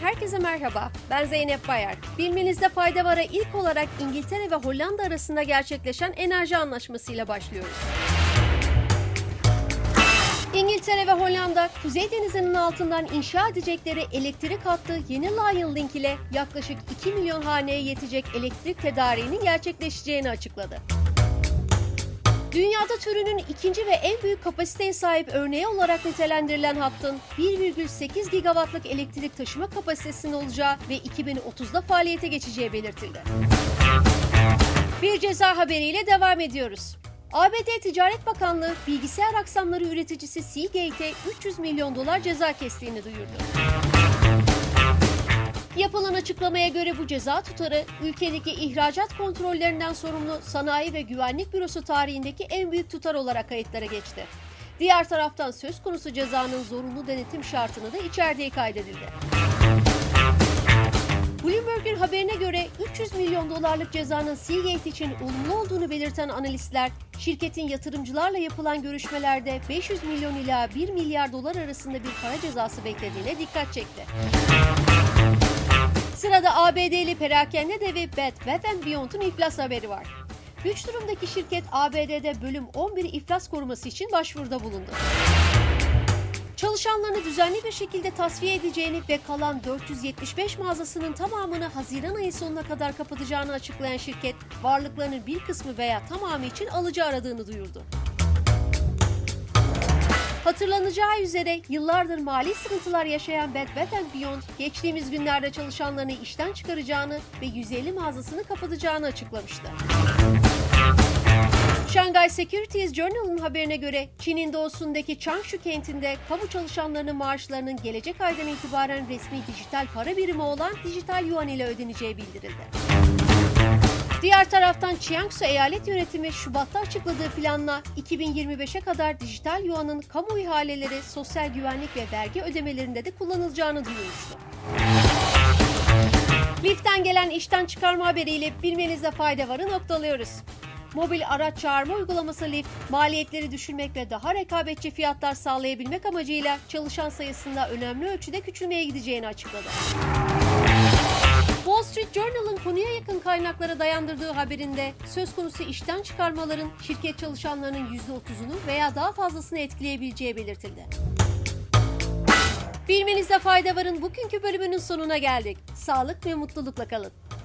Herkese merhaba, ben Zeynep Bayar. Bilmenizde fayda var'a ilk olarak İngiltere ve Hollanda arasında gerçekleşen enerji anlaşmasıyla başlıyoruz. İngiltere ve Hollanda, Kuzey Denizi'nin altından inşa edecekleri elektrik hattı Yeni Lion Link ile yaklaşık 2 milyon haneye yetecek elektrik tedariğinin gerçekleşeceğini açıkladı. Dünyada türünün ikinci ve en büyük kapasiteye sahip örneği olarak nitelendirilen hattın 1,8 gigawattlık elektrik taşıma kapasitesinin olacağı ve 2030'da faaliyete geçeceği belirtildi. Bir ceza haberiyle devam ediyoruz. ABD Ticaret Bakanlığı bilgisayar aksamları üreticisi Seagate'e 300 milyon dolar ceza kestiğini duyurdu. Yapılan açıklamaya göre bu ceza tutarı, ülkedeki ihracat kontrollerinden sorumlu Sanayi ve Güvenlik Bürosu tarihindeki en büyük tutar olarak kayıtlara geçti. Diğer taraftan söz konusu cezanın zorunlu denetim şartını da içerdiği kaydedildi. Bloomberg'in haberine göre 300 milyon dolarlık cezanın Seagate için olumlu olduğunu belirten analistler, şirketin yatırımcılarla yapılan görüşmelerde 500 milyon ila 1 milyar dolar arasında bir para cezası beklediğine dikkat çekti. Sırada ABD'li perakende devi Bed Bath & Beyond'un iflas haberi var. Güç durumdaki şirket ABD'de bölüm 11 iflas koruması için başvuruda bulundu. Çalışanlarını düzenli bir şekilde tasfiye edeceğini ve kalan 475 mağazasının tamamını Haziran ayı sonuna kadar kapatacağını açıklayan şirket, varlıklarının bir kısmı veya tamamı için alıcı aradığını duyurdu. Hatırlanacağı üzere yıllardır mali sıkıntılar yaşayan Bed Bath & Beyond, geçtiğimiz günlerde çalışanlarını işten çıkaracağını ve 150 mağazasını kapatacağını açıklamıştı. Shanghai Securities Journal'ın haberine göre Çin'in doğusundaki Changshu kentinde kamu çalışanlarının maaşlarının gelecek aydan itibaren resmi dijital para birimi olan dijital yuan ile ödeneceği bildirildi. Diğer taraftan Jiangsu Eyalet Yönetimi Şubat'ta açıkladığı planla 2025'e kadar dijital yuanın kamu ihaleleri, sosyal güvenlik ve vergi ödemelerinde de kullanılacağını duyurmuştu. Lyft'ten gelen işten çıkarma haberiyle bilmenizde fayda var'ı noktalıyoruz. Mobil araç çağırma uygulaması Lyft, maliyetleri düşürmek ve daha rekabetçi fiyatlar sağlayabilmek amacıyla çalışan sayısında önemli ölçüde küçülmeye gideceğini açıkladı. Wall Street Journal'ın konuya yakın kaynaklara dayandırdığı haberinde söz konusu işten çıkarmaların şirket çalışanlarının %30'unu veya daha fazlasını etkileyebileceği belirtildi. Bilmenizde fayda var'ın bugünkü bölümünün sonuna geldik. Sağlık ve mutlulukla kalın.